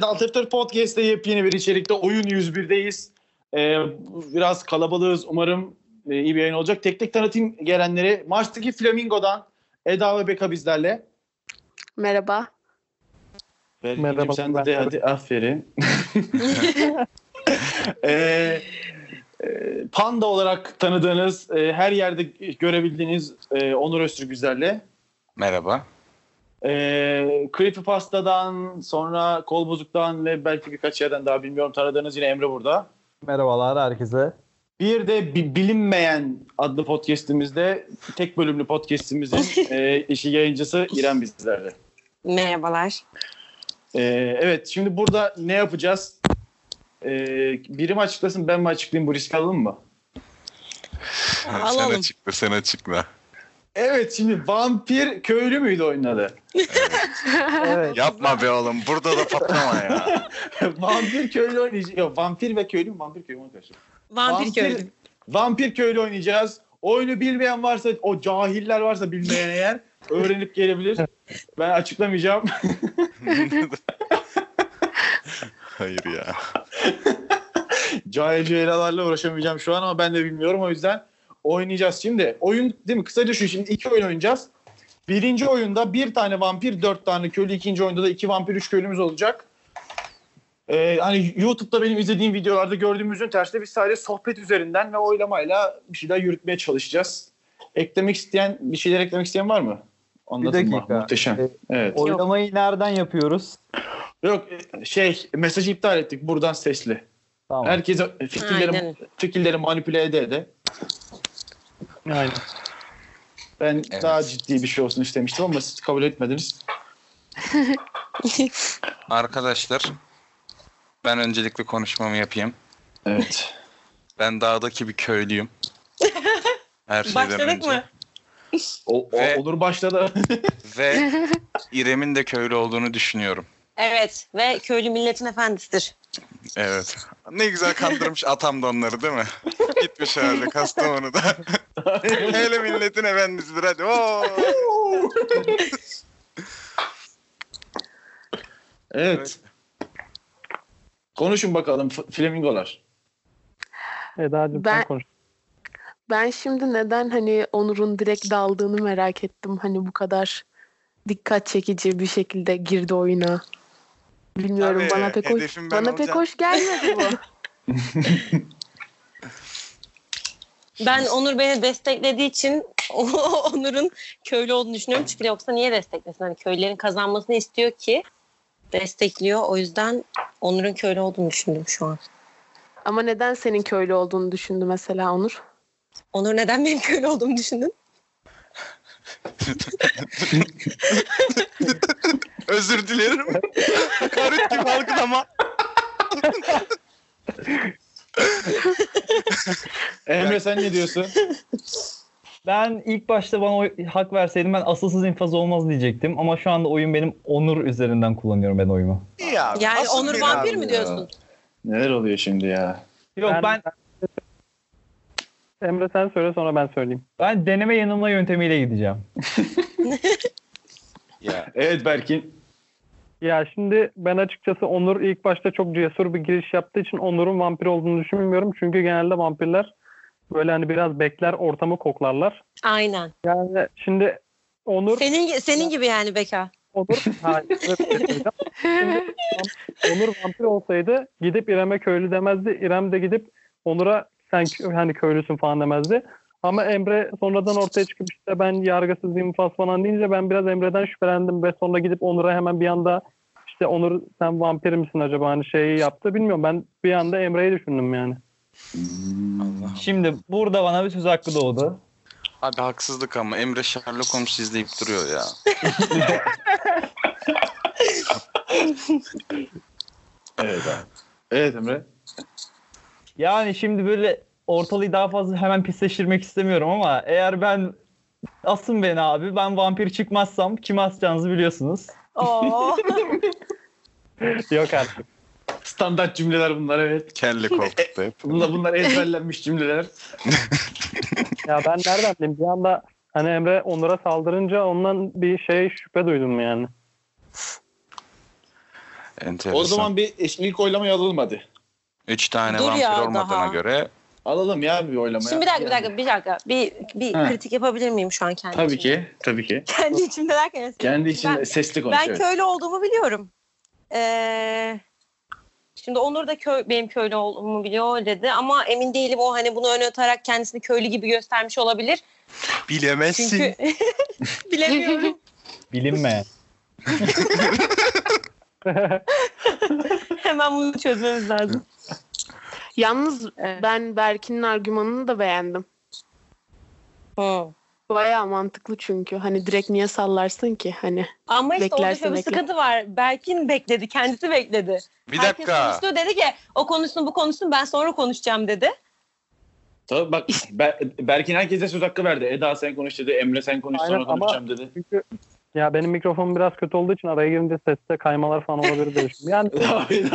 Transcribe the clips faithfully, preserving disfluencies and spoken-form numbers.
Daltırtır Podcast'te yepyeni bir içerikte Oyun yüz bir'deyiz. Ee, biraz kalabalığız. Umarım e, iyi bir yayın olacak. Tek tek tanıtayım gelenleri. Maçtaki Flamingo'dan Eda ve Beka bizlerle. Merhaba. Merhaba. Sen de, de hadi aferin. ee, e, Panda olarak tanıdığınız, e, her yerde görebildiğiniz e, Onur Öztürk bizlerle. Merhaba. Ee, Creepypasta'dan sonra Kolbozuk'tan ve belki birkaç yerden daha bilmiyorum tanıdığınız yine Emre burada. Merhabalar herkese. Bir de bi- Bilinmeyen adlı podcast'imizde tek bölümlü podcast'imizin e, işi yayıncısı İrem bizlerle. Merhabalar. Ee, evet şimdi burada ne yapacağız? Ee, biri mi açıklasın ben mi açıklayayım, bu risk alalım mı? Sen açıkla, sen açıkla. Evet, şimdi vampir köylü müydü oyunun adı? Evet. Yapma be oğlum, burada da patlama ya. Vampir köylü oynayacağız. Yok, vampir ve köylü mü? Vampir köylü mü? Vampir, vampir köylü. Vampir köylü oynayacağız. Oyunu bilmeyen varsa, o cahiller varsa bilmeyen eğer öğrenip gelebilir. Ben açıklamayacağım. Hayır ya. Cahil cühelalarla uğraşamayacağım şu an ama ben de bilmiyorum, o yüzden oynayacağız. Şimdi oyun değil mi? Kısaca şu, şimdi iki oyun oynayacağız. Birinci oyunda bir tane vampir, dört tane köylü. İkinci oyunda da iki vampir, üç köylümüz olacak. Ee, hani YouTube'da benim izlediğim videolarda gördüğümüzün tersine biz sadece sohbet üzerinden ve oylamayla bir şeyler yürütmeye çalışacağız. Eklemek isteyen, bir şeyler eklemek isteyen var mı? Anlatın Bir dakika. mı? Muhteşem. Ee, Evet. Oylamayı nereden yapıyoruz? Yok şey, mesajı iptal ettik. Buradan sesli. Tamam. Herkes fikirleri, fikirleri manipüle ede ede. Aynen. Ben Evet. daha ciddi bir şey olsun istemiştim ama siz kabul etmediniz. Arkadaşlar, ben öncelikle konuşmamı yapayım. Evet. Ben dağdaki bir köylüyüm. Her şeyden Başladık önce. mı? O, o Ve- olur başladı. Ve İrem'in de köylü olduğunu düşünüyorum. Evet ve köylü milletin efendisidir. Evet. Ne güzel kandırmış atam da onları, değil mi? Gitmiş herhalde Kastamonu'da. Hele milletin efendisidir, hadi. Oo. Evet. Konuşun bakalım f- flamingolar. Eda'cığım Ben- sen konuş. Ben şimdi neden hani Onur'un direkt daldığını merak ettim. Hani bu kadar dikkat çekici bir şekilde girdi oyuna. Bilmiyorum, Tabii, bana pek hoş, hedefim ben bana pek olacağım. hoş gelmedi bu. Ben Onur beni desteklediği için Onur'un köylü olduğunu düşünüyorum. Çünkü yoksa niye desteklesin? Hani köylülerin kazanmasını istiyor ki destekliyor. O yüzden Onur'un köylü olduğunu düşündüm şu an. Ama neden senin köylü olduğunu düşündü mesela Onur? Onur neden benim köylü olduğumu düşündün? Özür dilerim. Karut gibi algılama. Emre sen ne diyorsun? Ben ilk başta bana oy- hak verseydin ben asılsız infaz olmaz diyecektim. Ama şu anda oyun benim Onur üzerinden kullanıyorum ben oyumu. Ya, Yani asıl Onur beni vampir abi mi ya. diyorsun? Neler oluyor şimdi ya? Yok Ben- ben Emre sen söyle sonra ben söyleyeyim. ben deneme yanılma yöntemiyle gideceğim. Ya. Evet Berkin. Ya şimdi ben açıkçası Onur ilk başta çok cesur bir giriş yaptığı için Onur'un vampir olduğunu düşünmüyorum. Çünkü genelde vampirler böyle hani biraz bekler, ortamı koklarlar. Aynen. Yani şimdi Onur Senin senin gibi yani Beka. Onur hayır, evet, söyleyeceğim. Şimdi Onur vampir olsaydı gidip İrem'e köylü demezdi. İrem de gidip Onur'a sen kö- hani köylüsün falan demezdi. Ama Emre sonradan ortaya çıkıp işte ben yargısız infaz falan deyince ben biraz Emre'den şüphelendim ve sonra gidip Onur'a hemen bir anda işte Onur sen vampir misin acaba hani şeyi yaptı. Bilmiyorum, ben bir anda Emre'yi düşündüm yani. Allah. Şimdi burada bana bir söz hakkı doğdu. Abi haksızlık ama Emre Sherlock Holmes izleyip duruyor ya. Evet abi. Evet Emre. Yani şimdi böyle ortalığı daha fazla hemen pisleştirmek istemiyorum ama eğer ben asın beni abi, ben vampir çıkmazsam kime asacağınızı biliyorsunuz. Oo. Yok artık. Standart cümleler bunlar, evet. Kelle koltukta hep. Bunlar, bunlar ezberlenmiş cümleler. Ya ben nereden bileyim, bir anda hani Emre Onur'a saldırınca ondan bir şey şüphe duydum yani. Enteresan. O zaman bir ilk oylamayı alalım hadi. Üç tane Dur vampir ya, olmadığına daha. göre Alalım ya bir oylamaya. Şimdi bir dakika bir dakika bir dakika. Bir, bir Ha. kritik yapabilir miyim şu an kendi Tabii içimde? ki. Tabii ki. Kendi içimde derken. Kendi için Ben- sesli Ben konuşuyor. köylü olduğumu biliyorum. Ee, şimdi Onur da köy, benim köylü olduğumu biliyor dedi ama emin değilim, o hani bunu öne atarak kendisini köylü gibi göstermiş olabilir. bilemezsin. Çünkü bilemiyorum. Bilinme. Hemen bunu çözmemiz lazım. Yalnız Evet. ben Berkin'in argümanını da beğendim. Hı. Bayağı mantıklı çünkü. Hani direkt niye sallarsın ki? Hani Ama işte orada Beklersin, şöyle bir bekle. sıkıntı var. Berkin bekledi, kendisi bekledi. Bir Herkes dakika. konuştu, dedi ki o konuşsun bu konuşsun ben sonra konuşacağım dedi. Tabii bak Ber- Berkin herkese söz hakkı verdi. Eda sen konuş dedi. Emre sen konuş Aynen, sonra ama- konuşacağım dedi. Çünkü ya benim mikrofonum biraz kötü olduğu için araya girince seste kaymalar falan olabilir diye düşündüm. Yani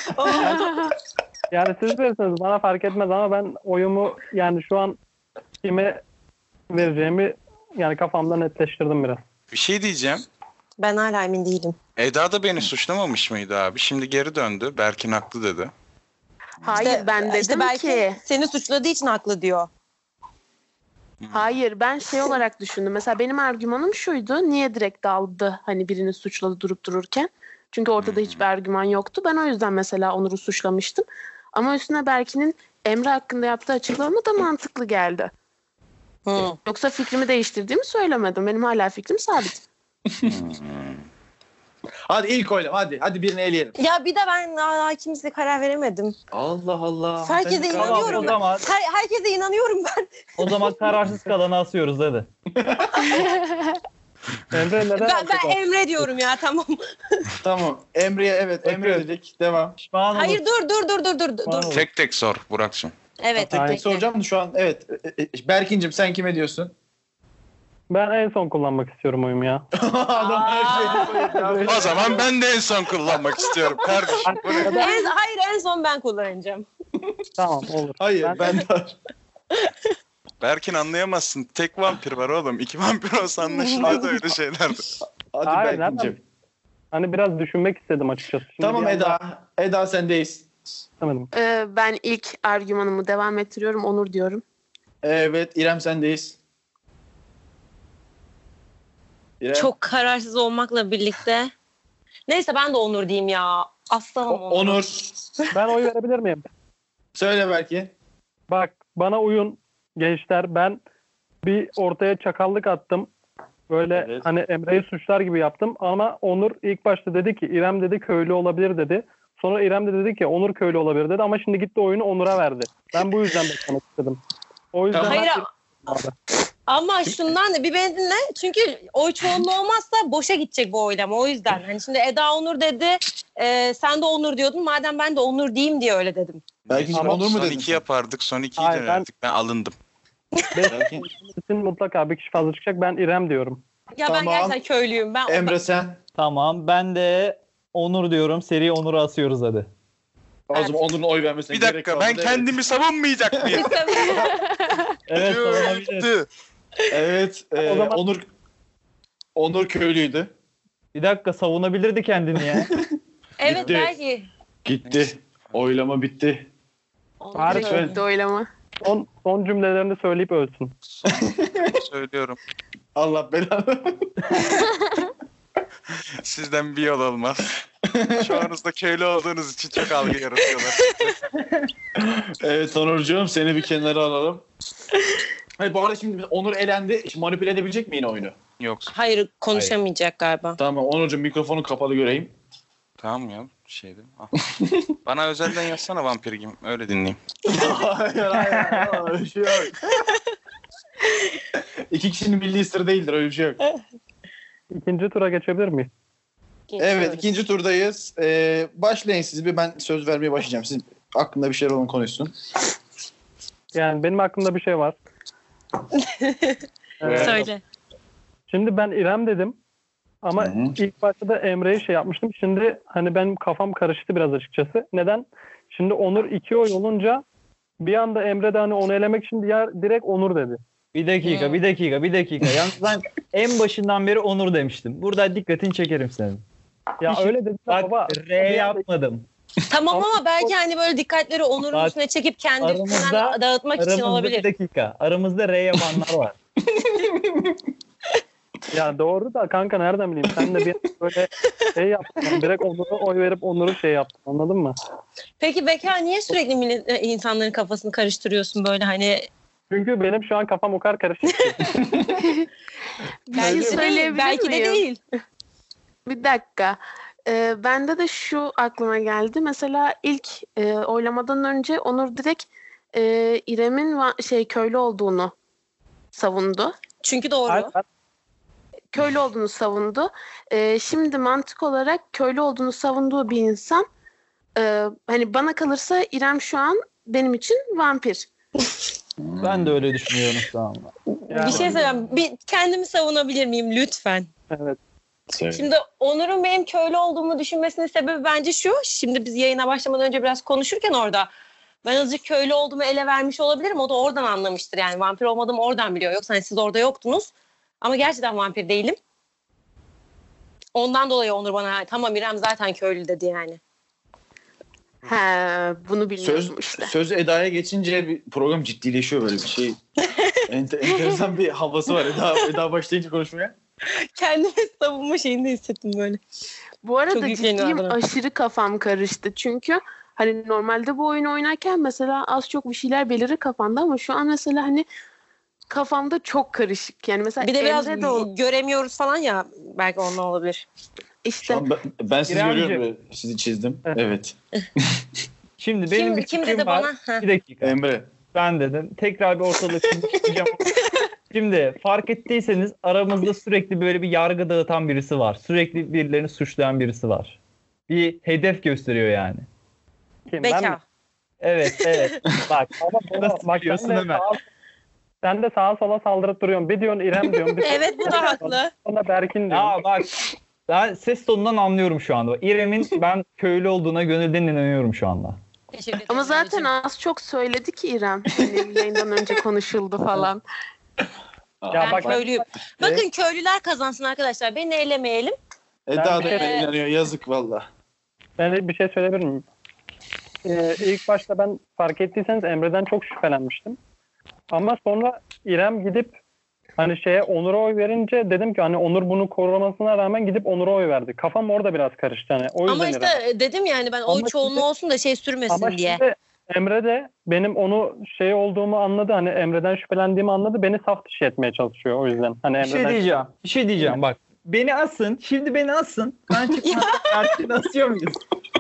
yani siz bilirsiniz, bana fark etmez ama ben oyumu yani şu an kime vereceğimi yani kafamda netleştirdim biraz. Bir şey diyeceğim. Ben hala emin değilim. Eda da beni suçlamamış mıydı abi? Şimdi geri döndü. Berkin haklı dedi. hayır İşte- ben dedim işte Berkin ki seni suçladığı için haklı diyor. hayır ben şey olarak düşündüm. Mesela benim argümanım şuydu. Niye direkt daldı hani birini suçladı durup dururken? Çünkü ortada Hmm. hiçbir argüman yoktu. Ben o yüzden mesela Onur'u suçlamıştım. Ama üstüne Berkin'in Emre hakkında yaptığı açıklama da mantıklı geldi. Hı. Yoksa fikrimi değiştirdiğimi söylemedim. Benim hala fikrim sabit. Hadi ilk oylama hadi. Hadi birini eleyelim. Ya bir de ben hala kimseye karar veremedim. Allah Allah. Herkese Ben- Tamam, inanıyorum. o zaman, Her, herkese inanıyorum ben. o zaman kararsız kalanı asıyoruz hadi. Emre neden? Ben, ben Emre diyorum ya, tamam. Tamam. Emre'ye evet Emre Bakın. dedik. Devam. Pişman olur. Hayır dur dur dur dur dur. dur. Tamam. Tek tek sor Burak'cığım. Evet. Tek Aynen. tek soracağım da şu an evet. E, e, Berkin'cim sen kime diyorsun? Ben en son kullanmak istiyorum oyumu ya. Adam her şeyi koyuyor. O zaman ben de en son kullanmak istiyorum kardeşim. Bu ne? En, hayır en son ben kullanacağım. Tamam olur. Hayır Ben- ben de. Berkin anlayamazsın. Tek vampir var oğlum. İki vampir olsa anlaşılıyor da öyle şeylerdi. Hadi Hayır, Berkin'cim. Hani biraz düşünmek istedim açıkçası. Şimdi Tamam bir anda Eda. Eda sendeyiz. istemedim. Ee, ben ilk argümanımı devam ettiriyorum. Onur diyorum. Evet İrem sendeyiz. İrem. Çok kararsız olmakla birlikte. Neyse ben de Onur diyeyim ya. Aslanım O- Onur. Onur. Ben oy verebilir miyim? Söyle Berkin. Bak bana uyun gençler. Ben bir ortaya çakallık attım. Böyle Evet. hani Emre'yi suçlar gibi yaptım ama Onur ilk başta dedi ki İrem dedi köylü olabilir dedi. Sonra İrem de dedi ki Onur köylü olabilir dedi ama şimdi gitti oyunu Onur'a verdi. Ben bu yüzden beklemek istedim. O yüzden Hayır ben- ama şundan da bir beni dinle. Çünkü oy çoğunluğu olmazsa boşa gidecek bu oylama. O yüzden. Hani şimdi Eda Onur dedi. E, sen de Onur diyordun. Madem ben de Onur diyeyim diye öyle dedim. Berkin'cim Ama Onur mu Son dedin? iki sen? yapardık. Son ikiyi Hayır, ben- denerdik. Ben alındım. Berkin. için mutlaka bir kişi fazla çıkacak. Ben İrem diyorum. Ya ben Tamam. gerçekten köylüyüm. Ben Emre sen. Tamam, ben de Onur diyorum. Seri Onur'u asıyoruz hadi. O zaman Onur'un oy vermesine Bir gerek dakika kalmadı. ben kendimi savunmayacak mıyım? Evet, Tüh, savunabilir. tüh. Evet. e, O zaman- Onur Onur köylüydü. Bir dakika, savunabilirdi kendini ya. Evet Gitti. belki. Gitti. Oylama bitti. Onur Harika. Direkt köylü. gitti oylama. Son, son cümlelerini söyleyip ölsün. Söylüyorum. Allah belanı. Sizden bir yol olmaz. Şu anınızda köylü olduğunuz için çok algı yaratıyorlar. Evet Onurcuğum seni bir kenara alalım. Hayır, bu arada şimdi Onur elendi. Şimdi manipüle edebilecek mi yine oyunu? Yok. Hayır konuşamayacak galiba. Tamam Onurcuğum mikrofonu kapalı göreyim. Tamam ya. Şeydi. Al. Bana özelden yazsana vampir gibi. Öyle dinleyeyim. hayır hayır. Öyle bir şey yok. İki kişinin bildiği sır değildir. Öyle bir şey yok. İkinci tura geçebilir miyiz? Evet Geçiyoruz. ikinci turdayız. Ee, başlayın siz bir, ben söz vermeye başlayacağım. Siz aklında bir şeyler olan konuşsun. Yani benim aklımda bir şey var. Ee, Söyle. Şimdi ben İrem dedim. Ama Hı hı. ilk başta da Emre'ye şey yapmıştım. Şimdi hani benim kafam karıştı biraz açıkçası. Neden? Şimdi Onur iki oy olunca bir anda Emre de hani onu elemek için diğer direkt Onur dedi. Bir dakika, Hmm. bir dakika, bir dakika. Yalnız ben en başından beri Onur demiştim. Burada dikkatini çekerim senin. Ya öyle dedin de Bak baba. R yapmadım. Tamam Ama- ama belki hani böyle dikkatleri Onur'un Bak, üstüne çekip kendi aramızda- üstünden dağıtmak için Aramızda olabilir. bir dakika. Aramızda R yapanlar var. Ya doğru da kanka nereden bileyim? Sen de bir böyle şey yaptın. Yani direkt Onur'a oy verip Onur'u şey yaptın. Anladın mı? Peki Beka niye sürekli millet, e, insanların kafasını karıştırıyorsun böyle hani Çünkü benim şu an kafam o kadar karışık ki. Bir belki şey de değil, söyleyebilir belki de miyim? değil. Bir dakika. Ee, bende de şu aklıma geldi. Mesela ilk e, oylamadan önce Onur direkt e, İrem'in va- şey köylü olduğunu savundu. Çünkü doğru. Hayır, ben- Köylü olduğunu savundu. Ee, şimdi mantık olarak köylü olduğunu savunduğu bir insan e, hani bana kalırsa İrem şu an benim için vampir. Ben de öyle düşünüyorum şu anda. yani- Bir şey söyleyeyim. Bir kendimi savunabilir miyim lütfen? Evet. Şimdi Onur'un benim köylü olduğumu düşünmesinin sebebi bence şu. Şimdi biz yayına başlamadan önce biraz konuşurken orada ben azıcık köylü olduğumu ele vermiş olabilirim. O da oradan anlamıştır yani. Vampir olmadığımı oradan biliyor. Yoksa hani siz orada yoktunuz. Ama gerçekten vampir değilim. Ondan dolayı Onur bana tamam İrem zaten köylü dedi yani. He, bunu bilmiyordum Söz, işte. söz Eda'ya geçince bir program ciddileşiyor böyle bir şey. Ente, enteresan bir havası var Eda, Eda başlayınca konuşmaya. Kendimi savunma şeyinde hissettim böyle. Bu arada Çok yükleniyor ciddiyim, adına. aşırı kafam karıştı. Çünkü hani normalde bu oyunu oynarken mesela az çok bir şeyler belirir kafanda ama şu an mesela hani kafamda çok karışık. Yani mesela Bir de biraz Emre de o- göremiyoruz falan ya. Belki ondan olabilir. işte Şu an ben, ben sizi İremciğim. görüyorum ve sizi çizdim. Evet. Evet. Şimdi benim Kim, bir kim fikrim dedi var. bana? Heh. Bir dakika. Emre. Ben dedim. Tekrar bir ortalığı konuşacağım. Şimdi fark ettiyseniz aramızda sürekli böyle bir yargı dağıtan birisi var. Sürekli birilerini suçlayan birisi var. Bir hedef gösteriyor yani. Kim, ben mi? Beka. Evet, evet. Bak, Ama baba, Nasıl bak biliyorsun sen de, Ömer? sağa, sen de sağa sola saldırıp duruyorsun. Bir diyorsun İrem diyorsun. Bir Evet bu da haklı. sonra Berkin diyorsun. ya bak ben ses tonundan anlıyorum şu anda. İrem'in ben köylü olduğuna gönülden inanıyorum şu anda. Teşekkür ederim. ama zaten anneciğim. az çok söyledi ki İrem. Hani yayından önce konuşuldu falan. Ya Ben bak- köylüyüm. Bakın köylüler kazansın arkadaşlar. Beni elemeyelim. Eda da Ben- bana inanıyor. Yazık valla. Ben bir şey söyleyebilir miyim? Ee, ilk başta ben fark ettiyseniz Emre'den çok şüphelenmiştim. Ama sonra İrem gidip hani şeye Onur'a oy verince dedim ki hani Onur bunu korumasına rağmen gidip Onur'a oy verdi. Kafam orada biraz karıştı hani. O yüzden Ama İrem. işte dedim yani ben oy Ama çoğunluğu şimdi- olsun da şey sürmesin Ama diye. şimdi Emre de benim onu şey olduğumu anladı. Hani Emre'den şüphelendiğimi anladı. Beni saf dışı etmeye çalışıyor o yüzden. Hani Bir şey Emre'den diyeceğim. Bir şey diyeceğim bak. Beni asın. Şimdi beni asın. Ben çıkmadan artık asıyor muyuz?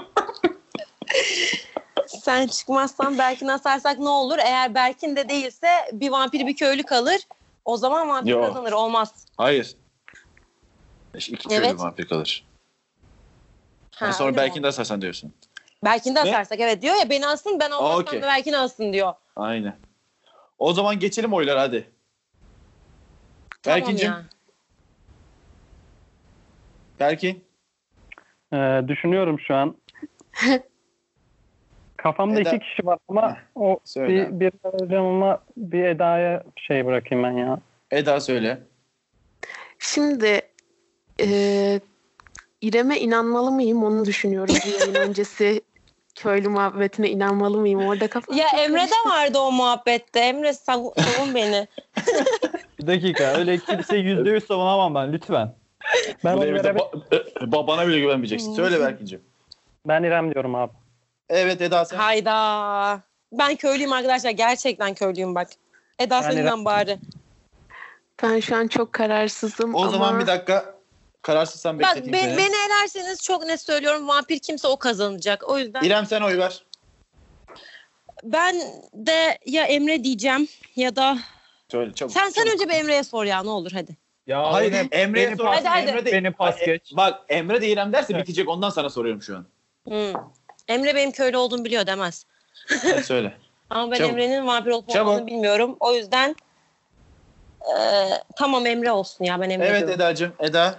Sen çıkmazsan Berkin'i asarsak ne olur? Eğer Berkin de değilse bir vampir bir köylü kalır. O zaman vampir Yok. kazanır. Olmaz. Hayır. İki köylü Evet. vampir kalır. Ha, Ha, sonra öyle mi Berkin oldu? de asarsan diyorsun. Berkin de Ne? asarsak evet diyor ya beni asın ben olmazsam okey. da Berkin'i asın diyor. Aynen. O zaman geçelim oylar hadi. Tamam Berkin'cim. ya. Berkin. Ee, düşünüyorum şu an. Kafamda Eda- iki kişi var ama Heh, o söyle bir, bir vereceğim ama bir Eda'ya şey bırakayım ben ya. Eda söyle. Şimdi e, İrem'e inanmalı mıyım onu düşünüyorum. Bu yayın öncesi köylü muhabbetine inanmalı mıyım? Orada kafam Ya çok Emre karıştı. de vardı o muhabbette. Emre sav- savun beni. Bir dakika. Öyle kimse yüzde yüz savunamam ben. Lütfen. Ben, Bu oy devirde verebilirim. ba- babana bile güvenmeyeceksin. Söyle Berkin'cim. Ben İrem diyorum abi. Evet Eda sen. Hayda. Ben köylüyüm arkadaşlar. Gerçekten köylüyüm bak. Eda Yani seninden bari. Ben şu an çok kararsızım O ama zaman bir dakika. Kararsızsan Bak bekleteyim be- seni. beni elerseniz çok net söylüyorum. Vampir kimse o kazanacak. O yüzden İrem sen oy ver. ben de ya Emre diyeceğim ya da Söyle çabuk. sen sen çabuk. önce bir Emre'ye sor ya ne olur hadi. Ya Hayır beni- Emre'ye beni sorarsın. Hadi, hadi. Emre de, Beni pas Bak, geç. Bak Emre de İrem derse Evet. bitecek. Ondan sana soruyorum şu an. Hmm. Emre benim köylü olduğumu biliyor demez. Hadi söyle. Ama ben Çabuk. Emre'nin vampir olup Çabuk. olmadığını bilmiyorum. O yüzden eee, tamam Emre olsun ya ben Emre Evet diyorum. Eda'cığım. Eda.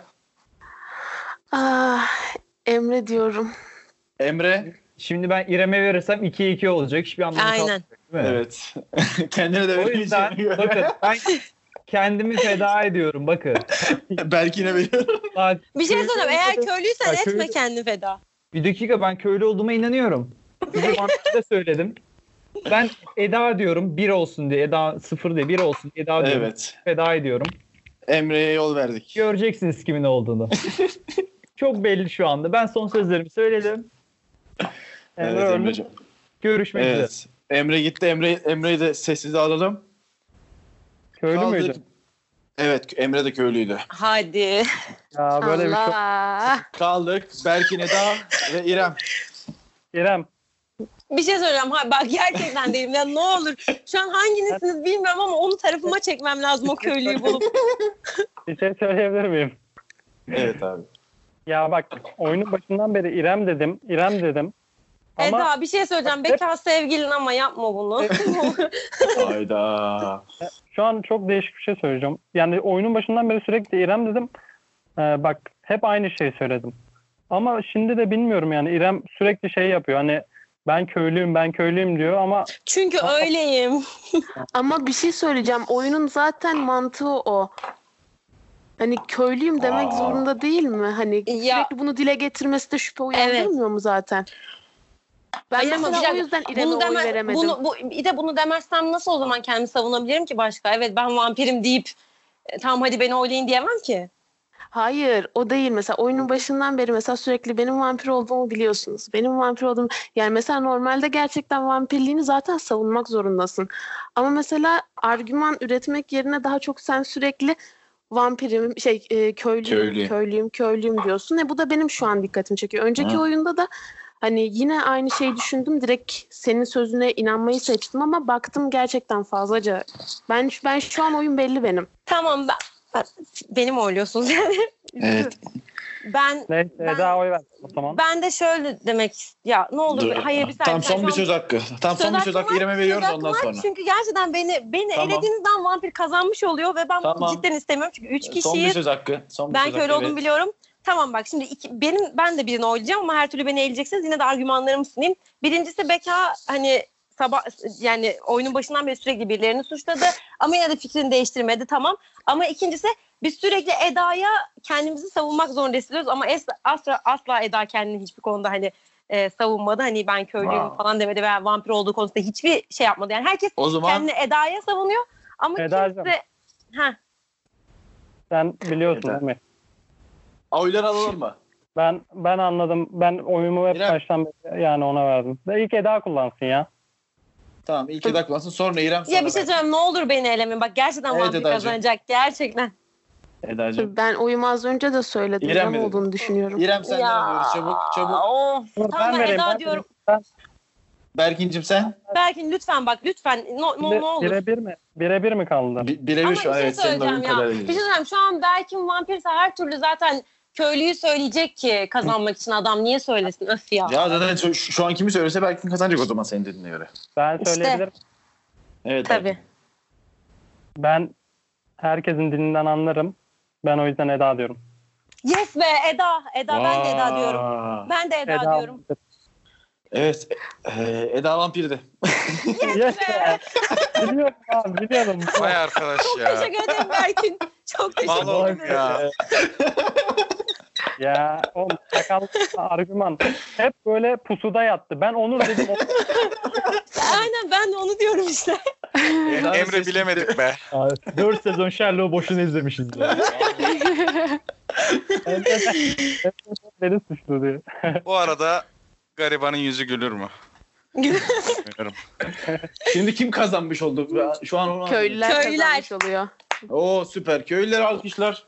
ah, Emre diyorum. Emre. Şimdi ben İrem'e verirsem ikiye iki olacak. Hiçbir anlamı Aynen. kalmayacak. Değil mi? Evet. Kendine de O vermeyeceğim. yüzden bakın ben kendimi feda ediyorum bakın. Belki yine veriyorum. Bak, Bir şey söyleyeyim. Eğer köylüysen Ha, etme köylü- kendini feda. bir dakika, ben köylü olduğuma inanıyorum. Size vampirde söyledim. Ben Eda diyorum, bir olsun diye. Eda sıfır diye, bir olsun diye Eda diyorum. Evet. Feda ediyorum. Emre'ye yol verdik. Göreceksiniz kimin olduğunu. Çok belli şu anda. Ben son sözlerimi söyledim. Emre Evet öldü. Emre'ciğim. Görüşmek üzere. Evet. Emre gitti. Emre Emre'yi de sessize alalım. Köylü Kaldı- müydü? Evet, Emre de köylüydü. Hadi. Ya böyle bir şey. Allah. Kaldık. Berkin, Eda ve İrem. İrem. Bir şey söyleyeceğim. Ha, bak gerçekten değilim. Ya ne olur. Şu an hanginizsiniz bilmiyorum ama onu tarafıma çekmem lazım o köylüyü bulup. Bir şey söyleyebilir miyim? Evet abi. Ya bak oyunun başından beri İrem dedim. İrem dedim. Ama Eda bir şey söyleyeceğim. Bekar sevgilin ama yapma bunu. Hayda. şu an çok değişik bir şey söyleyeceğim. Yani oyunun başından beri sürekli İrem dedim. Ee, bak hep aynı şeyi söyledim. Ama şimdi de bilmiyorum yani İrem sürekli şey yapıyor. Hani ben köylüyüm ben köylüyüm diyor ama Çünkü öyleyim. Ama bir şey söyleyeceğim. Oyunun zaten mantığı o. Hani köylüyüm demek Aa. zorunda değil mi? Hani Ya- sürekli bunu dile getirmesi de şüphe uyandırmıyor mu zaten? Ben Hayır ama mesela bir o yüzden İrem'e Bunu oy deme, veremedim. bunu, bu, bir de bunu demezsem nasıl o zaman kendimi savunabilirim ki başka? Evet ben vampirim deyip e, tamam hadi beni oylayın diyemem ki. Hayır, o değil. Mesela oyunun başından beri mesela sürekli benim vampir olduğumu biliyorsunuz. Benim vampir olduğumu... Yani mesela normalde gerçekten vampirliğini zaten savunmak zorundasın. Ama mesela argüman üretmek yerine daha çok sen sürekli vampirim, şey e, köylüyüm, Köylü. köylüyüm, köylüyüm diyorsun. E bu da benim şu an dikkatimi çekiyor. Önceki Hı. oyunda da hani yine aynı şeyi düşündüm. Direkt senin sözüne inanmayı seçtim ama baktım gerçekten fazlaca. Ben ben şu an oyun belli benim. Tamam ben, ben beni mi oyluyorsunuz yani? Evet. Ben neyse Ben- Eda oy ver o zaman. ben de şöyle demek ya ne olur Dur. hayır bir saniye. Tam sen son şu bir an- söz hakkı. Tam son bir söz hakkı var, İrem'e veriyoruz söz ondan hakkım var. sonra. Çünkü gerçekten beni beni Tamam. elediğinizden vampir kazanmış oluyor ve ben bunu Tamam. cidden istemiyorum. Çünkü üç Son bir kişiyiz. söz hakkı. Son bir Ben söz köylü hakkı, olduğumu evet. biliyorum. Tamam bak şimdi iki, benim ben de birini oylayacağım ama her türlü beni eleyeceksiniz. Yine de argümanlarımı sunayım. Birincisi Beka hani sabah yani oyunun başından beri sürekli birilerini suçladı ama yine de fikrini değiştirmedi tamam. Ama ikincisi biz sürekli Eda'ya kendimizi savunmak zorunda hissediyoruz ama es, asla asla Eda kendini hiçbir konuda hani e, savunmadı. Hani ben köylüyüm Wow. falan demedi veya vampir olduğu konusunda hiçbir şey yapmadı. Yani herkes O zaman kendini Eda'ya savunuyor ama Eda'cığım. kimse ha Sen biliyorsun Eda. değil mi? oyları alalım mı? Ben ben anladım. Ben oyumu hep İrem. baştan beri yani ona verdim. Ve ilk Eda kullansın ya. Tamam ilk Eda kullansın sonra İrem sonra ya bir şey ben. söyleyeyim ne olur beni elemeyin. Bak gerçekten Evet, vampir Eda'cığım. kazanacak gerçekten. Eda'cığım. Ben oyumu az önce de söyledim. İrem İrem mi dedin? olduğunu düşünüyorum. İrem senden alıyoruz çabuk çabuk. Of. Dur, Tamam ben vereyim, Eda ben diyorum. vereyim. Berkin'cim sen? Berkin lütfen bak lütfen no, no, Ben, ne olur. birebir mi? Birebir mi kaldı? Bi- Birebir Ama şu an bir şey evet senin oyun söyleyeceğim kadar ya. Bir şey değil. söyleyeceğim. Şu an Berkin vampirse her türlü zaten köylüyü söyleyecek ki kazanmak için adam niye söylesin öf ya. Ya zaten şu, şu an kimi söylese Berkin kazanacak o zaman senin dediğine göre. Ben İşte. söyleyebilirim. Evet. Tabii. Ben herkesin dilinden anlarım. Ben o yüzden Eda diyorum. Yes be Eda. Eda ben de Eda diyorum. Vaa. Ben de Eda, Eda diyorum. Evet. Ee, Eda vampirdi. Yes be. Biliyorum abi biliyorum. Vay arkadaş Çok ya. teşekkür ederim Berkin. Çok teşekkür Mal oldum ederim. ya. Ya oğlum sakal argüman. Hep böyle pusuda yattı. Ben Onur dedim. Onur Aynen ben de onu diyorum işte. Eda'nın Emre sesi- bilemedik be. dört sezon Sherlock'u boşuna izlemişiz. Ya. beni suçlu diyor. Bu arada garibanın yüzü gülür mü? Bilmiyorum. Şimdi kim kazanmış oldu? Şu an onu Köylüler, Köylüler. kazanmış oluyor. Oo süper. Köylüleri alkışlar.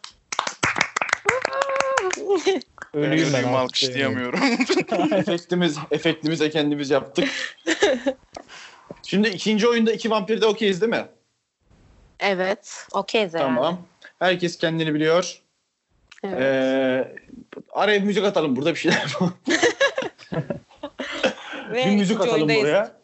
Ölüyüm ben. Ölüyüm artık. alkışlayamıyorum. efektimiz, efektimize kendimiz yaptık. Şimdi ikinci oyunda iki vampirde okeyiz değil mi? Evet. Okey Zeren. Tamam. Herkes kendini biliyor. Evet. Ee, araya bir müzik atalım burada bir şeyler yapalım. Ve bir müzik ikinci atalım oyundayız. buraya.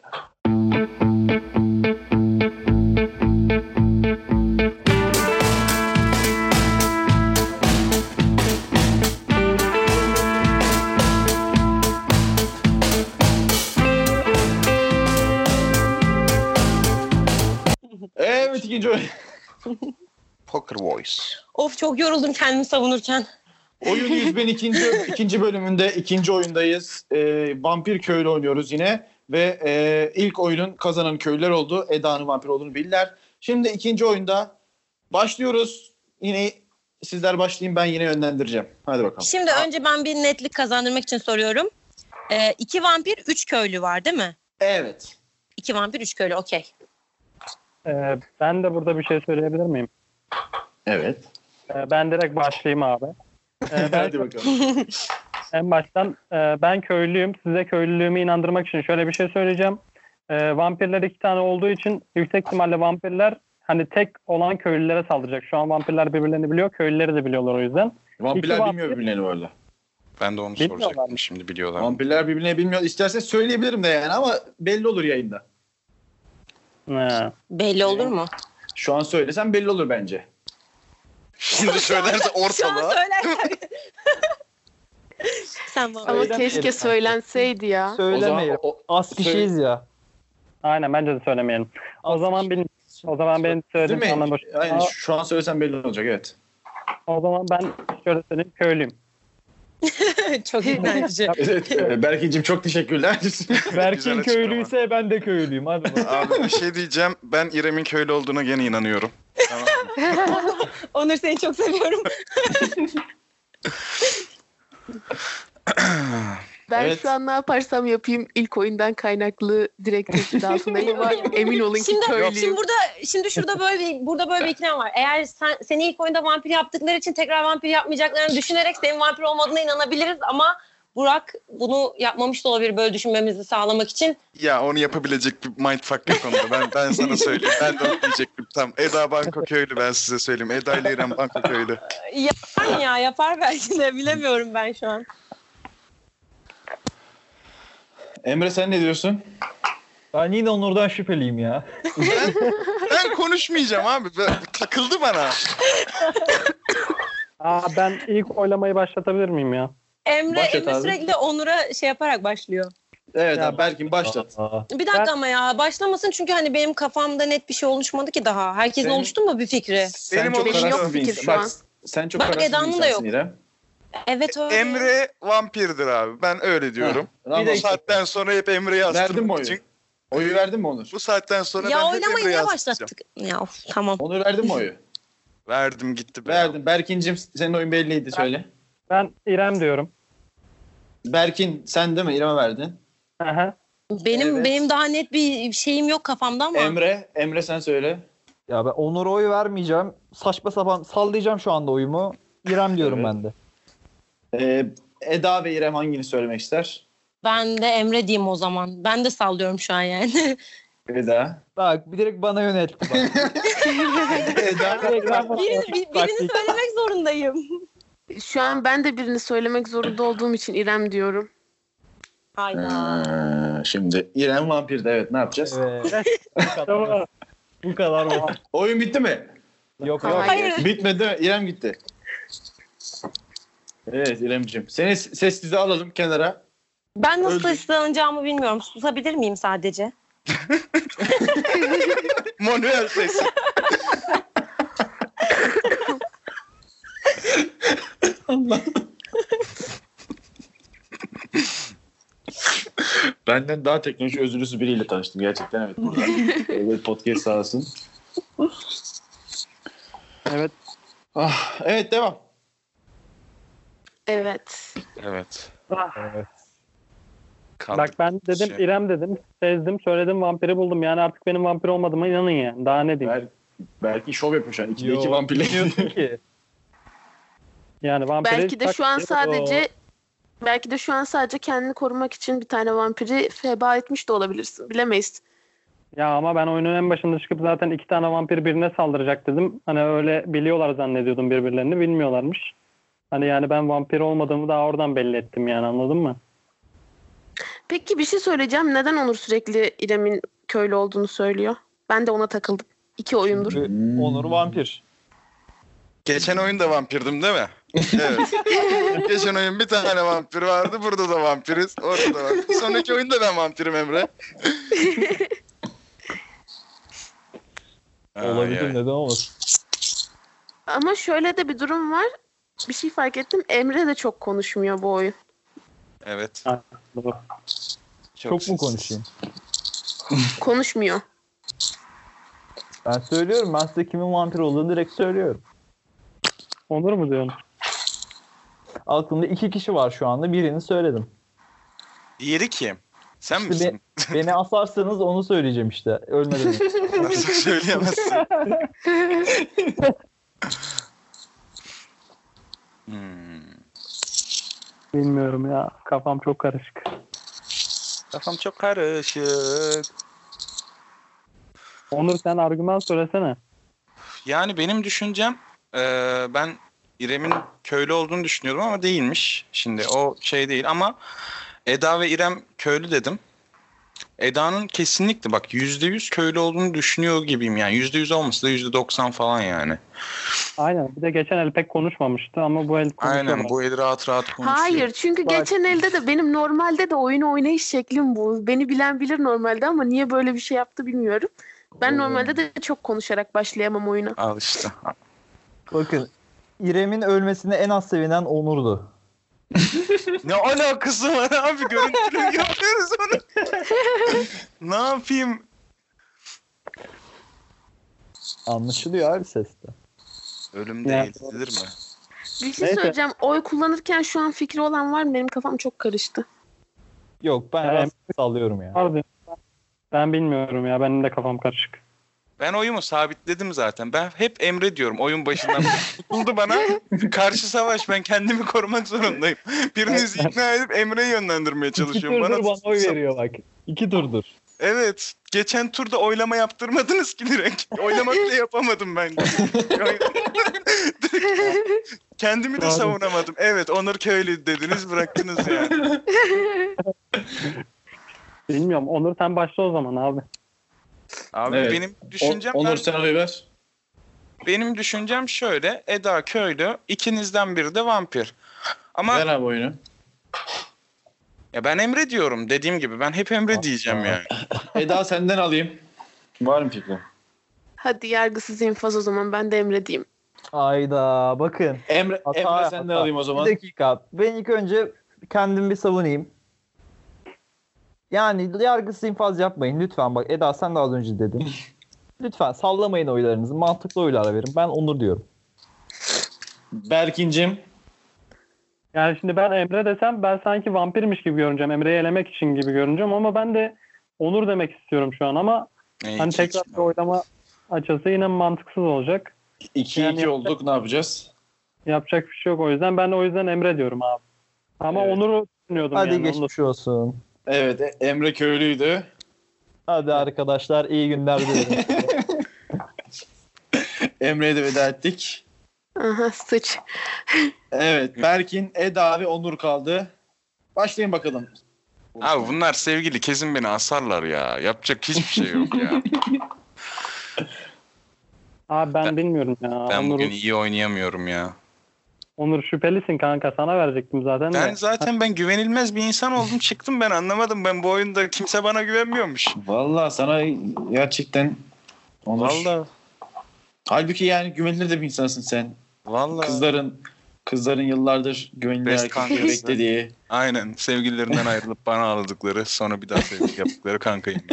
Evet ikinci oyun. Poker Voice. Of çok yoruldum kendimi savunurken. Oyun yüz bin ikinci, ikinci bölümünde ikinci oyundayız. Ee, vampir köylü oynuyoruz yine. Ve e, ilk oyunun kazanan köylüler oldu. Eda'nın vampir olduğunu bildiler. Şimdi ikinci oyunda başlıyoruz. Yine sizler başlayın, ben yine yönlendireceğim. Hadi bakalım. Şimdi önce ben bir netlik kazandırmak için soruyorum. Ee, iki vampir, üç köylü var değil mi? Evet. İki vampir, üç köylü. Okey. Ee, ben de burada bir şey söyleyebilir miyim? Evet. Ee, ben direkt başlayayım abi. Ee, ben Hadi bakalım. en baştan e, ben köylüyüm. Size köylülüğümü inandırmak için şöyle bir şey söyleyeceğim. Ee, vampirler iki tane olduğu için yüksek ihtimalle vampirler hani tek olan köylülere saldıracak. Şu an vampirler birbirlerini biliyor. Köylüleri de biliyorlar o yüzden. Vampirler İki bilmiyor vampir- birbirlerini böyle. Ben de onu Bilmiyorlar soracaktım mı? şimdi, biliyorlar. Vampirler birbirine bilmiyor. İstersen söyleyebilirim de yani ama belli olur yayında. Ha. Belli olur mu? Şu an söylesem belli olur bence. Şimdi söylerse Şu an ortalığa. söylersen. Sen bana. Ama Öyle keşke demeyelim. söylenseydi ya. Söylemeyelim. O, o, Az kişiyiz ya. Aynen bence de söylemeyelim. O zaman benim o zaman benim değil söylediğim mi? anlamda. Aynen, şu an söylesem belli olacak, evet. O zaman ben şöyle söyleyeyim, köylüyüm. Çok ikna edici. Evet. e, Berkin'cim çok teşekkürler. Berkin Güzel köylüyse ben de köylüyüm. Hadi bakalım. Abi bir şey diyeceğim. Ben İrem'in köylü olduğuna gene inanıyorum. Tamam. Onur seni çok seviyorum. Ben Evet. şu an ne yaparsam yapayım ilk oyundan kaynaklı direkt tespit altındayım ama emin olun ki Şimdi, köylüyüm. şimdi burada şimdi şurada böyle bir burada böyle bir ikilem var. Eğer sen seni ilk oyunda vampir yaptıkları için tekrar vampir yapmayacaklarını düşünerek senin vampir olmadığına inanabiliriz ama Burak bunu yapmamış da olabilir böyle düşünmemizi sağlamak için. Ya onu yapabilecek bir mindfuck yok onda. Ben ben sana söyleyeyim. Ben de onu diyecektim. Tamam. Eda Banko köylü, ben size söyleyeyim. Eda ile İrem Banko köylü. Yapar ya yapar belki de bilemiyorum ben şu an. Emre sen ne diyorsun? Ben yine Onur'dan şüpheliyim ya. Ben, ben konuşmayacağım abi. Ben- takıldı bana. Aa, ben ilk oylamayı başlatabilir miyim ya? Emre, Başlat Emre abi. sürekli Onur'a şey yaparak başlıyor. Evet Ya, abi, Berkin başlat. Aa, Bir dakika Ben- ama ya başlamasın çünkü hani benim kafamda net bir şey oluşmadı ki daha. Herkesin Benim- oluştu mu bir fikri? Sen Benim çok oluştu. kararsız Benim yok bir fikir insan. şu Bak, an. sen çok Bak, kararsız Eda'nın bir da insansın yok. İrem. Evet öyle. Emre vampirdir abi. Ben öyle diyorum. Tamam. Bu saatten sonra hep Emre'yi Verdin mi astırmak oyu? için. Oyu verdin mi Onur? Bu saatten sonra Ya ben hep oynamayı Emre'yi niye astıracağım. başlattık? Ya of, tamam. Onur verdin mi oyu? Verdim gitti. Be. Verdim. Berkin'cim senin oyun belliydi, söyle. Ben İrem diyorum. Berkin sen değil mi? İrem'e verdin. Aha. Benim Evet. benim daha net bir şeyim yok kafamda ama. Emre, Emre sen söyle. ya ben Onur'a oy vermeyeceğim. Saçma sapan sallayacağım şu anda oyumu. İrem diyorum Evet. ben de. Ee, Eda ve İrem hangini söylemek ister? Ben de Emre diyeyim o zaman. Ben de sallıyorum şu an yani. Eda. Bak bir direkt bana yöneltti bak. Eda. birini, bir- birini söylemek zorundayım. Şu an ben de birini söylemek zorunda olduğum için İrem diyorum. Hayda. Aa, şimdi İrem vampirde, evet, ne yapacağız? Evet. Bu kadar. Bu kadar mı? Oyun bitti mi? Yok Hayır. yok. Hayır. Bitmedi değil mi? İrem gitti. Evet İremciğim. Seni sessize alalım kenara. Ben nasıl Öldüm. ıslanacağımı bilmiyorum. Susabilir miyim sadece? Manuel sesi. Benden daha teknoloji özürlüsü biriyle tanıştım gerçekten, evet, burada. Evet, podcast sağ olsun. Evet. Ah, evet, devam. Evet. Evet. Evet. Kaldık. Bak ben dedim Şey. İrem dedim. Sezdim söyledim vampiri buldum. Yani artık benim vampir olmadığıma inanın ya. Daha ne diyeyim. Ber belki şov yapıyor şu an. İkide Yo, iki vampirle. bilmiyorsun ki. Yani vampiri Belki de şu an tak- sadece belki de şu an sadece kendini korumak için bir tane vampiri feba etmiş de olabilirsin. Bilemeyiz. Ya ama ben oyunun en başında çıkıp zaten iki tane vampir birine saldıracak dedim. Hani öyle biliyorlar zannediyordum birbirlerini. Bilmiyorlarmış. Hani yani ben vampir olmadığımı daha oradan belli ettim yani, anladın mı? Peki bir şey söyleyeceğim. Neden Onur sürekli İrem'in köylü olduğunu söylüyor? Ben de ona takıldım. İki oyundur. Çünkü Onur vampir. Geçen oyunda vampirdim değil mi? Evet. Geçen oyun bir tane vampir vardı. Burada da vampiriz. Orada da vampir. Sonraki oyunda ben vampirim Emre. Ay, Olabilir, ay. neden olmasın? Ama şöyle de bir durum var. Bir şey fark ettim. Emre de çok konuşmuyor bu oyun. Evet. Ha, doğru. Çok mu sessiz. konuşayım? Konuşmuyor. Ben söylüyorum. Ben size kimin vampir olduğunu direkt söylüyorum. Onur mu diyorsun? Aklımda iki kişi var şu anda. Birini söyledim. Diğeri kim? Sen İşte misin? Beni asarsanız onu söyleyeceğim işte. Ölmeden önce. Nasıl söyleyemezsin? Hmm. Bilmiyorum ya. Kafam çok karışık. Kafam çok karışık. Onur sen argüman söylesene. Yani benim düşüncem eee, ben İrem'in köylü olduğunu düşünüyordum ama değilmiş. Şimdi o şey değil ama Eda ve İrem köylü dedim. Eda'nın kesinlikle bak yüzde yüz köylü olduğunu düşünüyor gibiyim yani. Yüzde yüz olmasa da yüzde doksan falan yani. Aynen. Bir de geçen el pek konuşmamıştı ama bu el konuşuyor. Aynen bu el rahat rahat konuşuyor. Hayır çünkü Bak. geçen elde de benim normalde de oyun oynayış şeklim bu. Beni bilen bilir normalde ama niye böyle bir şey yaptı bilmiyorum. Ben normalde de çok konuşarak başlayamam oyuna. Al işte. Bakın. İrem'in ölmesine en az sevinen Onur'du. Ne alakası var abi? Görüntülü yapıyoruz onu. Ne yapayım? Anlaşılıyor abi seste. Ölüm Ya. değil, edilir mi? Bir şey Neyse. söyleyeceğim. Oy kullanırken şu an fikri olan var mı? Benim kafam çok karıştı. Yok ben Ya, rastgele sallıyorum ya. Pardon. Ben bilmiyorum ya. Benim de kafam karışık. Ben oyumu sabitledim zaten. Ben hep Emre diyorum oyun başından. Tutuldu bana. Karşı savaş. Ben kendimi korumak zorundayım. Birinizi ikna edip Emre'yi yönlendirmeye İki çalışıyorum. turdur bana oy tutulsa- veriyor bak. İki turdur. Evet. Geçen turda oylama yaptırmadınız ki direkt. Oylamak bile yapamadım ben. Direkt kendimi de Abi. savunamadım. Evet Onur köylü dediniz bıraktınız yani. Bilmiyorum. Onur sen başla o zaman abi. Abi Evet. benim düşüncem O- Onur ben- sen oy ver. benim düşüncem şöyle. Eda köylü, ikinizden biri de vampir. Ama Ver abi oyunu. ya ben Emre diyorum. Dediğim gibi ben hep Emre diyeceğim yani. Eda senden alayım. Var mı fikrin? Hadi yargısız infaz o zaman. Ben de Emre diyeyim. Ayda bakın. Emre, Hata, Emre senden hata. alayım o zaman. Bir dakika. Ben ilk önce kendimi bir savunayım. Yani yargısız infaz yapmayın lütfen. Bak Eda sen de az önce dedin. Lütfen sallamayın oylarınızı. Mantıklı oylar verin. Ben Onur diyorum. Berkincim. Yani şimdi ben Emre desem ben sanki vampirmiş gibi görüneceğim. Emre'yi elemek için gibi görüneceğim ama ben de Onur demek istiyorum şu an ama Ne, hani iki, tekrar iki. bir oylama açılsa yine mantıksız olacak. iki iki Yani- olduk ne yapacağız? Yapacak bir şey yok o yüzden. Ben o yüzden Emre diyorum abi. Ama Evet. Onur'u düşünüyordum Hadi yani. geçmiş olsun. Evet E- Emre köylüydü. Hadi arkadaşlar iyi günler dilerim. Emre'ye de veda ettik. Aha sıç. Evet Berkin, Eda ve Onur kaldı. Başlayın bakalım. Abi bunlar sevgili kesin beni asarlar ya. Yapacak hiçbir şey yok ya. Abi ben, Ben- bilmiyorum ya. Ben Onur, bugün iyi oynayamıyorum ya. Onur şüphelisin kanka. Sana verecektim zaten Ben de. zaten ben güvenilmez bir insan oldum çıktım ben anlamadım. Ben bu oyunda kimse bana güvenmiyormuş. Vallahi sana gerçekten Onur. Vallahi. Halbuki yani güvenilir de bir insansın sen. Vallahi. Kızların kızların yıllardır güvenilir Best erkekleri kankası. beklediği. Aynen sevgililerinden ayrılıp bana ağladıkları sonra bir daha sevgili yaptıkları kankayım.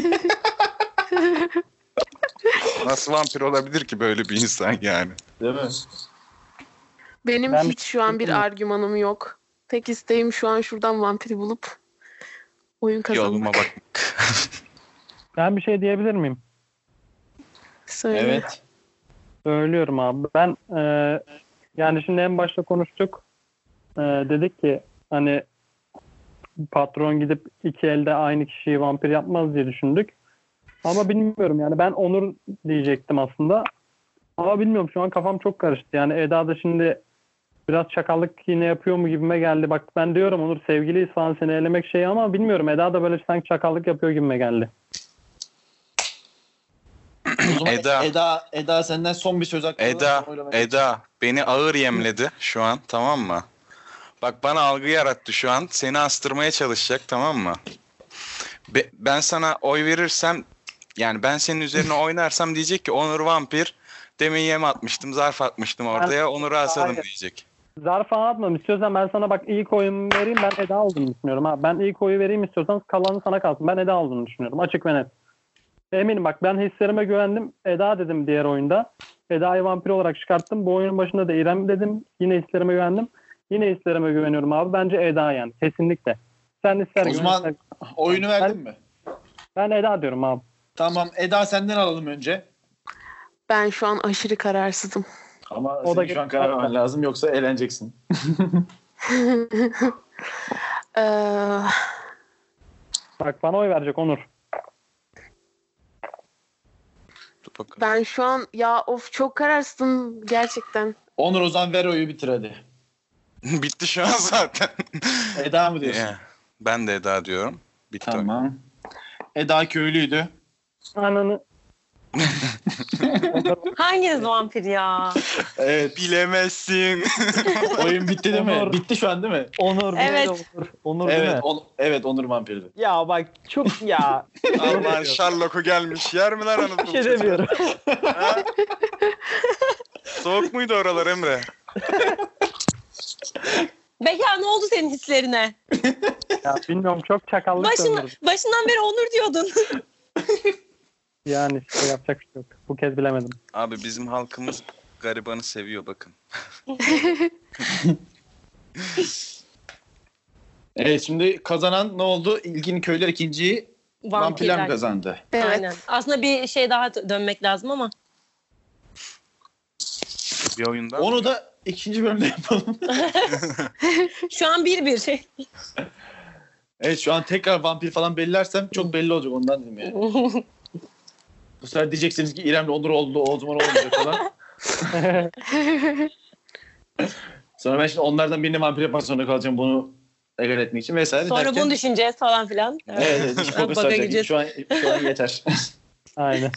Nasıl vampir olabilir ki böyle bir insan yani? Değil mi? Benim Ben- hiç şu an bir argümanım yok. Tek isteğim şu an şuradan vampiri bulup oyun kazanmak. Yoluma bak. Ben bir şey diyebilir miyim? Söyle. Evet. Söylüyorum abi. Ben e, yani şimdi en başta konuştuk. E, dedik ki hani patron gidip iki elde aynı kişiyi vampir yapmaz diye düşündük. Ama bilmiyorum yani ben Onur diyecektim aslında. Ama bilmiyorum şu an kafam çok karıştı. Yani Eda da şimdi biraz çakallık yine yapıyor mu gibime geldi. Bak ben diyorum Onur sevgiliyiz falan seni elemek şey ama bilmiyorum. Eda da böyle sanki çakallık yapıyor gibime geldi. O zaman Eda. Eda, Eda senden son bir söz hakkı. Eda, Eda beni ağır yemledi şu an tamam mı? Bak bana algı yarattı şu an. Seni astırmaya çalışacak tamam mı? Be- ben sana oy verirsem yani ben senin üzerine oynarsam diyecek ki Onur vampir. Demin yem atmıştım, zarf atmıştım ortaya. Onur'u asalım Hayır. diyecek. Zar falan atmam. İstiyorsan ben sana bak ilk oyumu vereyim. Ben Eda olduğunu düşünüyorum. Ha. Ben ilk oyu vereyim istiyorsan kalanı sana kalsın. Ben Eda olduğunu düşünüyorum. Açık ve net. Eminim bak ben hislerime güvendim. Eda dedim diğer oyunda. Eda'yı vampir olarak çıkarttım. Bu oyunun başında da İrem dedim. Yine hislerime güvendim. Yine hislerime güveniyorum abi. Bence Eda yani. Kesinlikle. Sen ister O güven, zaman ister- oyunu verdin mi? Ben Eda diyorum abi. Tamam. Eda senden alalım önce. Ben şu an aşırı kararsızım. Ama O da senin şu an karar vermen lazım yoksa eğleneceksin. Ee, Bak bana oy verecek Onur. Dur bakalım. ben şu an ya of çok kararsızım gerçekten. Onur o zaman ver oyu bitir hadi. Bitti şu an zaten. Eda mı diyorsun? Ya, ben de Eda diyorum. Bitti oyun. Tamam. Eda köylüydü. Ananı. Hanginiz vampir ya? Evet. Bilemezsin. Oyun bitti değil mi? Onur. Bitti şu an değil mi? Onur değil Evet. Onur. Onur değil Evet. mi? On, evet Onur vampirdi. Ya bak çok ya. Aman Sherlock'u gelmiş. Yer mi lan Bir anasını? şey demiyorum. Ha? Soğuk muydu oralar Emre? Beka ne oldu senin hislerine? Ya bilmiyorum çok çakallık Başın, döndürdüm. başından beri Onur diyordun. Yani şey yapacak bir şey yok. Bu kez bilemedim. Abi bizim halkımız garibanı seviyor bakın. Evet şimdi kazanan ne oldu? İlkin köyler ikinciyi vampirler mi kazandı? Evet. Aynen. Aslında bir şey daha dönmek lazım ama. Bir oyunda. Onu da ikinci bölümde yapalım. Şu an bir bir şey. Evet şu an tekrar vampir falan belirlersem çok belli olacak ondan dedim yani. Bu sefer diyeceksiniz ki İrem'le Onur oldu o zaman olmayacak falan. Sonra ben şimdi onlardan birini vampir yapmak zorunda kalacağım bunu egal etmek için vesaire Sonra derken. bunu düşüneceğiz falan filan. Evet, evet iş fokus Baka olacak. gideceğiz. Şu an, şu an yeter. Aynen.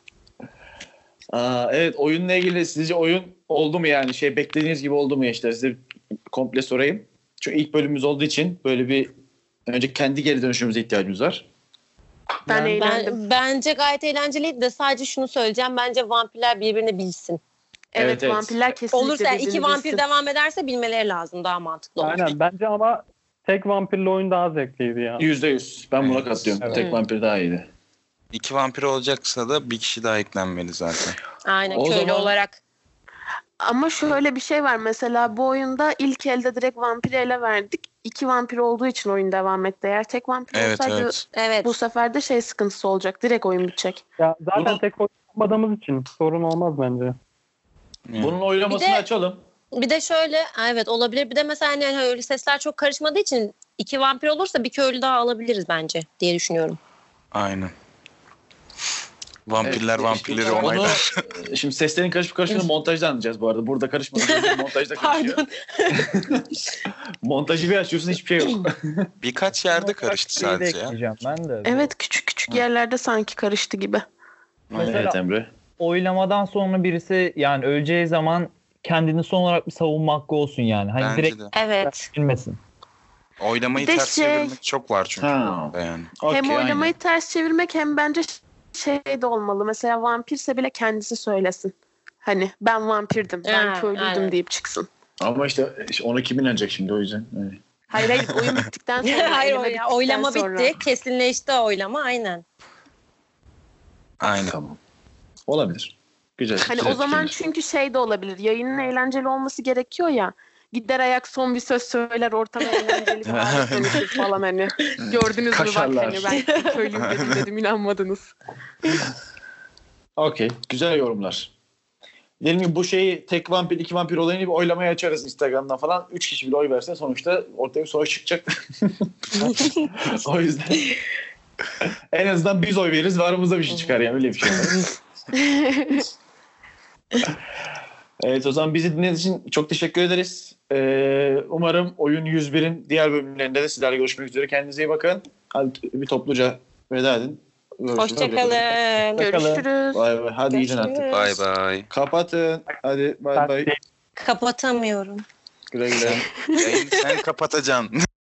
Aa, evet oyunla ilgili sizce oyun oldu mu yani? Şey beklediğiniz gibi oldu mu gençler? Size komple sorayım. Çünkü ilk bölümümüz olduğu için böyle bir önce kendi geri dönüşümüze ihtiyacımız var. Ben Ben- eğlendim. Ben, bence gayet eğlenceliydi de sadece şunu söyleyeceğim. Bence vampirler birbirini bilsin. Evet, Evet, evet. vampirler kesinlikle Olursa iki birbirini vampir bilsin. devam ederse bilmeleri lazım. Daha mantıklı olur. Aynen. Bence ama tek vampirli oyun daha zevkliydi ya. Yüzde yüz. Ben buna Evet. katılıyorum. Evet. Tek vampir daha iyiydi. İki vampir olacaksa da bir kişi daha eklenmeli zaten. Aynen O köylü zaman- olarak. Ama şöyle bir şey var mesela bu oyunda ilk elde direkt vampiri ele verdik. İki vampir olduğu için oyun devam etti. Eğer tek vampir Evet olsaydı evet. Evet. bu sefer de şey sıkıntısı olacak. Direkt oyun bitecek. Ya zaten Bunu- tek oyun yapmadığımız için sorun olmaz bence. Bunun oylamasını Bir de- açalım. Bir de şöyle evet olabilir. Bir de mesela hani hani öyle sesler çok karışmadığı için iki vampir olursa bir köylü daha alabiliriz bence diye düşünüyorum. Aynen. Vampirler Evet, vampirleri onu- onaylar. Şimdi seslerin karışıp karıştığını montajda anlayacağız bu arada. Burada karışmadı. Montajda karışıyor. Pardon. Montajı bir açıyorsun hiçbir şey yok. Birkaç yerde karıştı Şeyi de sadece ya. ekleyeceğim ben de. Evet küçük küçük yerlerde sanki karıştı gibi. Mesela- Evet Emre. Oylamadan sonra birisi yani öleceği zaman kendini son olarak bir savunma hakkı olsun yani. Hani Bence direkt de. Evet. bilmesin. Oylamayı Bir de ters şey- çevirmek çok var çünkü. Ha. orada yani. Okey, hem oylamayı aynen. ters çevirmek hem bence şey de olmalı. Mesela vampirse bile kendisi söylesin. Hani ben vampirdim, ben Ha, köylüydüm aynen. deyip çıksın. Ama işte işte onu kim inanacak şimdi o yüzden. Evet. Hayır hayır oyun bittikten sonra. Hayır eleme o ya, bittikten oylama sonra. bitti. Kesinleşti oylama aynen. Aynen. Tamam. Olabilir. Güzel. Hani güzel o zaman fikirler. çünkü şey de olabilir. Yayının eğlenceli olması gerekiyor ya. Gider ayak son bir söz söyler ortama eğlenceli bir hale dönüşür falan hani. Gördünüz mü bak Kaşarlar. hani ben köylüyüm dedim dedim inanmadınız. Okey. Güzel yorumlar. Diyelim ki bu şeyi tek vampir, iki vampir olayını bir oylamaya açarız Instagram'dan falan. Üç kişi bile oy verse sonuçta ortaya bir sonuç çıkacak. O yüzden en azından biz oy veririz ve aramızda bir şey çıkar yani öyle bir şey var. Evet o zaman bizi dinlediğiniz için çok teşekkür ederiz. Ee, umarım oyun yüz birin diğer bölümlerinde de sizlerle görüşmek üzere. Kendinize iyi bakın. Hadi bir topluca veda edin. Görüşürüz. Hoşçakalın. Görüşürüz. Bay bay. Hadi gidin artık. Görüşürüz. Bay bay. Kapatın. Hadi bay bay. Kapatamıyorum. Güle güle. Yayını sen kapatacaksın.